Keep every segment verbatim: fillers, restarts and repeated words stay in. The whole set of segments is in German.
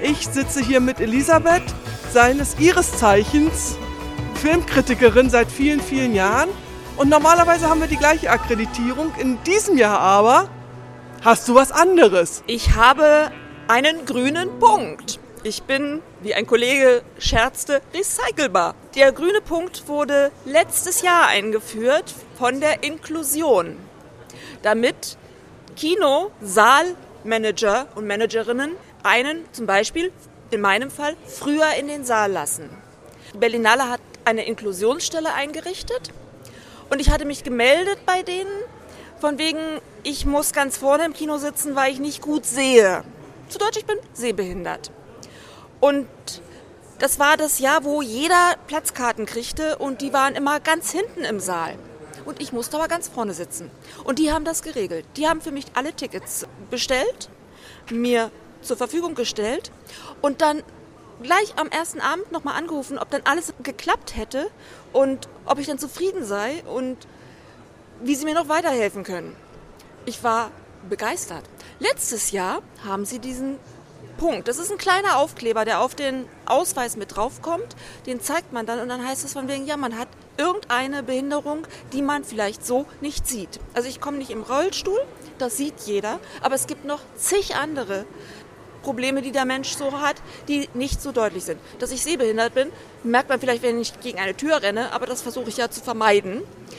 Ich sitze hier mit Elisabeth, seines ihres Zeichens Filmkritikerin seit vielen, vielen Jahren. Und normalerweise haben wir die gleiche Akkreditierung. In diesem Jahr aber hast du was anderes. Ich habe einen grünen Punkt. Ich bin, wie ein Kollege scherzte, recycelbar. Der grüne Punkt wurde letztes Jahr eingeführt von der Inklusion, damit Kino-Saalmanager und Managerinnen einen, zum Beispiel in meinem Fall, früher in den Saal lassen. Die Berlinale hat eine Inklusionsstelle eingerichtet und ich hatte mich gemeldet bei denen, von wegen, ich muss ganz vorne im Kino sitzen, weil ich nicht gut sehe. Zu Deutsch, ich bin sehbehindert. Und das war das Jahr, wo jeder Platzkarten kriegte und die waren immer ganz hinten im Saal. Und ich musste aber ganz vorne sitzen. Und die haben das geregelt. Die haben für mich alle Tickets bestellt, mir zur Verfügung gestellt und dann gleich am ersten Abend nochmal angerufen, ob dann alles geklappt hätte und ob ich dann zufrieden sei und wie sie mir noch weiterhelfen können. Ich war begeistert. Letztes Jahr haben sie diesen Punkt. Das ist ein kleiner Aufkleber, der auf den Ausweis mit draufkommt. Den zeigt man dann und dann heißt es von wegen, ja, man hat irgendeine Behinderung, die man vielleicht so nicht sieht. Also ich komme nicht im Rollstuhl, das sieht jeder, aber es gibt noch zig andere Probleme, die der Mensch so hat, die nicht so deutlich sind. Dass ich sehbehindert bin, merkt man vielleicht, wenn ich gegen eine Tür renne, aber das versuche ich ja zu vermeiden.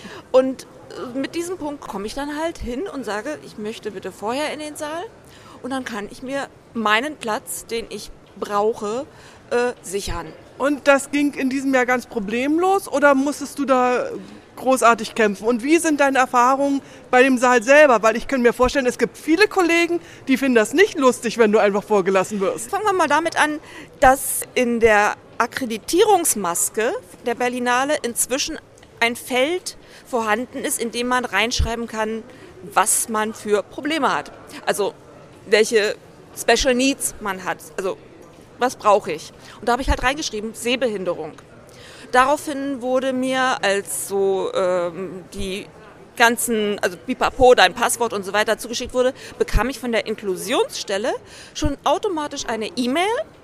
Und mit diesem Punkt komme ich dann halt hin und sage, ich möchte bitte vorher in den Saal und dann kann ich mir meinen Platz, den ich brauche, äh, sichern. Und das ging in diesem Jahr ganz problemlos oder musstest du da großartig kämpfen? Und wie sind deine Erfahrungen bei dem Saal selber? Weil ich kann mir vorstellen, es gibt viele Kollegen, die finden das nicht lustig, wenn du einfach vorgelassen wirst. Fangen wir mal damit an, dass in der Akkreditierungsmaske der Berlinale inzwischen ein Feld vorhanden ist, in dem man reinschreiben kann, was man für Probleme hat. Also welche Special Needs man hat. Also was brauche ich? Und da habe ich halt reingeschrieben, Sehbehinderung. Daraufhin wurde mir, als so ähm, die ganzen, also Pipapo, dein Passwort und so weiter zugeschickt wurde, bekam ich von der Inklusionsstelle schon automatisch eine E-Mail,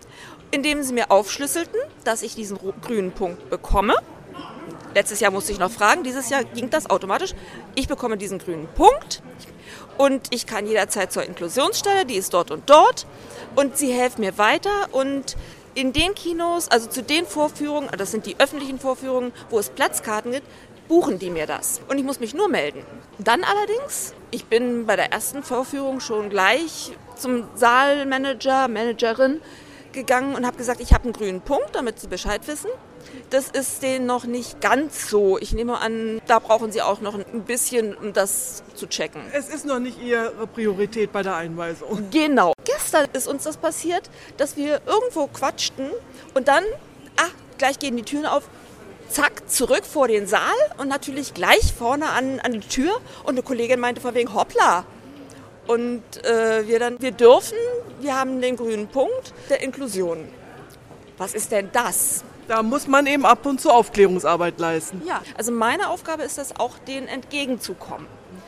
in dem sie mir aufschlüsselten, dass ich diesen grünen Punkt bekomme. Letztes Jahr musste ich noch fragen, dieses Jahr ging das automatisch. Ich bekomme diesen grünen Punkt und ich kann jederzeit zur Inklusionsstelle, die ist dort und dort und sie helfen mir weiter und in den Kinos, also zu den Vorführungen, das sind die öffentlichen Vorführungen, wo es Platzkarten gibt, buchen die mir das. Und ich muss mich nur melden. Dann allerdings, ich bin bei der ersten Vorführung schon gleich zum Saalmanager, Managerin gegangen und habe gesagt, ich habe einen grünen Punkt, damit sie Bescheid wissen. Das ist denen noch nicht ganz so. Ich nehme an, da brauchen sie auch noch ein bisschen, um das zu checken. Es ist noch nicht ihre Priorität bei der Einweisung. Genau. Gestern ist uns das passiert, dass wir irgendwo quatschten und dann, ah, gleich gehen die Türen auf, zack, zurück vor den Saal und natürlich gleich vorne an, an die Tür und eine Kollegin meinte von wegen, hoppla. Und äh, wir dann, wir dürfen, wir haben den grünen Punkt der Inklusion. Was ist denn das? Da muss man eben ab und zu Aufklärungsarbeit leisten. Ja, also meine Aufgabe ist es auch, denen entgegenzukommen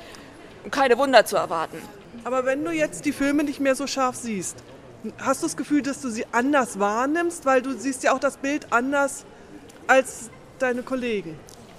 und keine Wunder zu erwarten. Aber wenn du jetzt die Filme nicht mehr so scharf siehst, hast du das Gefühl, dass du sie anders wahrnimmst? Weil du siehst ja auch das Bild anders als deine Kollegen.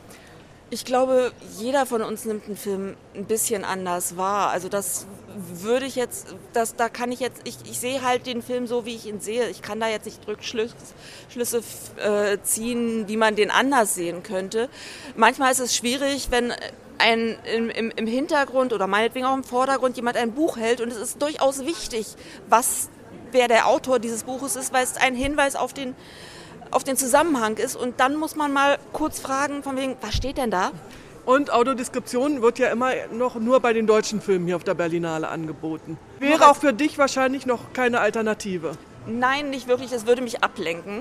Ich glaube, jeder von uns nimmt einen Film ein bisschen anders wahr. Also das würde ich jetzt, das, da kann ich jetzt, ich, ich sehe halt den Film so, wie ich ihn sehe. Ich kann da jetzt nicht Rückschlüsse äh, ziehen, wie man den anders sehen könnte. Manchmal ist es schwierig, wenn ein, im, im, im Hintergrund oder meinetwegen auch im Vordergrund jemand ein Buch hält und es ist durchaus wichtig, was, wer der Autor dieses Buches ist, weil es ein Hinweis auf den auf den Zusammenhang ist und dann muss man mal kurz fragen, von wegen, was steht denn da? Und Audiodeskription wird ja immer noch nur bei den deutschen Filmen hier auf der Berlinale angeboten. Wäre auch für dich wahrscheinlich noch keine Alternative? Nein, nicht wirklich, das würde mich ablenken.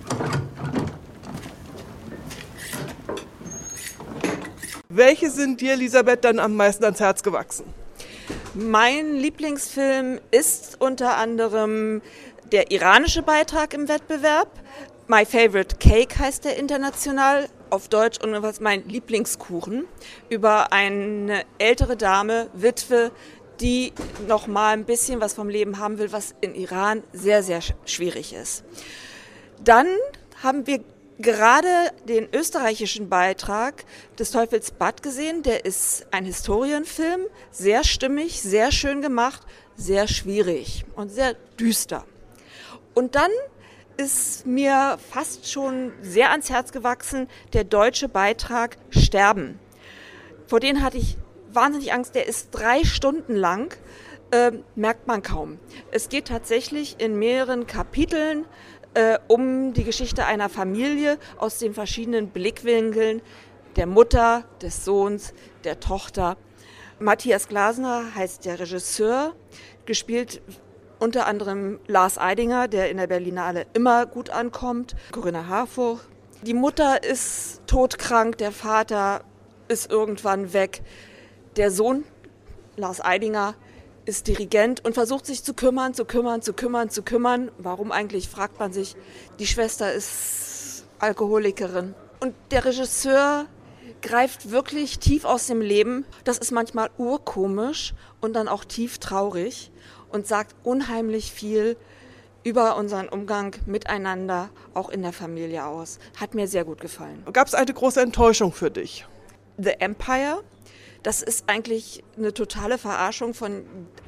Welche sind dir, Elisabeth, dann am meisten ans Herz gewachsen? Mein Lieblingsfilm ist unter anderem der iranische Beitrag im Wettbewerb. My Favorite Cake heißt der international, auf Deutsch, und was mein Lieblingskuchen, über eine ältere Dame, Witwe die noch mal ein bisschen was vom Leben haben will, was in Iran sehr, sehr schwierig ist. Dann haben wir gerade den österreichischen Beitrag des Teufels Bad gesehen. Der ist ein Historienfilm, sehr stimmig, sehr schön gemacht, sehr schwierig und sehr düster. Und dann ist mir fast schon sehr ans Herz gewachsen der deutsche Beitrag Sterben. Vor den hatte ich wahnsinnig Angst. Der ist drei Stunden lang, äh, merkt man kaum. Es geht tatsächlich in mehreren Kapiteln äh, um die Geschichte einer Familie aus den verschiedenen Blickwinkeln der Mutter, des Sohns, der Tochter. Matthias Glasner heißt der Regisseur, gespielt unter anderem Lars Eidinger, der in der Berlinale immer gut ankommt, Corinna Harfouch. Die Mutter ist todkrank, der Vater ist irgendwann weg. Der Sohn, Lars Eidinger, ist Dirigent und versucht sich zu kümmern, zu kümmern, zu kümmern, zu kümmern. Warum eigentlich, fragt man sich. Die Schwester ist Alkoholikerin. Und der Regisseur greift wirklich tief aus dem Leben. Das ist manchmal urkomisch und dann auch tief traurig und sagt unheimlich viel über unseren Umgang miteinander, auch in der Familie aus. Hat mir sehr gut gefallen. Gab es eine große Enttäuschung für dich? The Empire, das ist eigentlich eine totale Verarschung von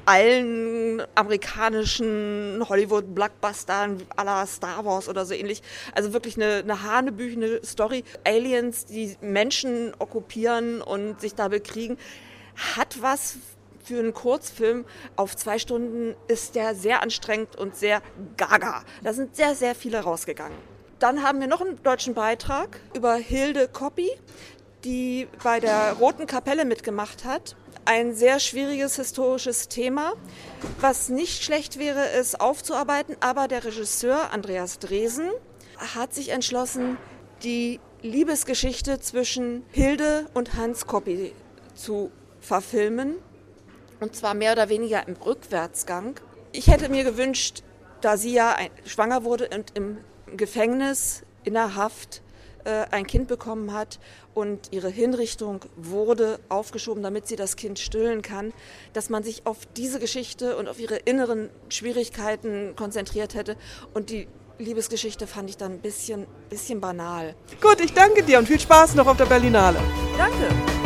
allen amerikanischen Hollywood-Blockbustern à la Star Wars oder so ähnlich. Also wirklich eine, eine hanebüchene Story. Aliens, die Menschen okkupieren und sich da bekriegen, hat was für einen Kurzfilm. Auf zwei Stunden ist der sehr anstrengend und sehr gaga. Da sind sehr, sehr viele rausgegangen. Dann haben wir noch einen deutschen Beitrag über Hilde Koppi, die bei der Roten Kapelle mitgemacht hat. Ein sehr schwieriges historisches Thema, was nicht schlecht wäre, es aufzuarbeiten. Aber der Regisseur Andreas Dresen hat sich entschlossen, die Liebesgeschichte zwischen Hilde und Hans Koppi zu verfilmen. Und zwar mehr oder weniger im Rückwärtsgang. Ich hätte mir gewünscht, da sie ja ein, schwanger wurde und im Gefängnis, in der Haft, äh, ein Kind bekommen hat und ihre Hinrichtung wurde aufgeschoben, damit sie das Kind stillen kann, dass man sich auf diese Geschichte und auf ihre inneren Schwierigkeiten konzentriert hätte. Und die Liebesgeschichte fand ich dann ein bisschen, bisschen banal. Gut, ich danke dir und viel Spaß noch auf der Berlinale. Danke.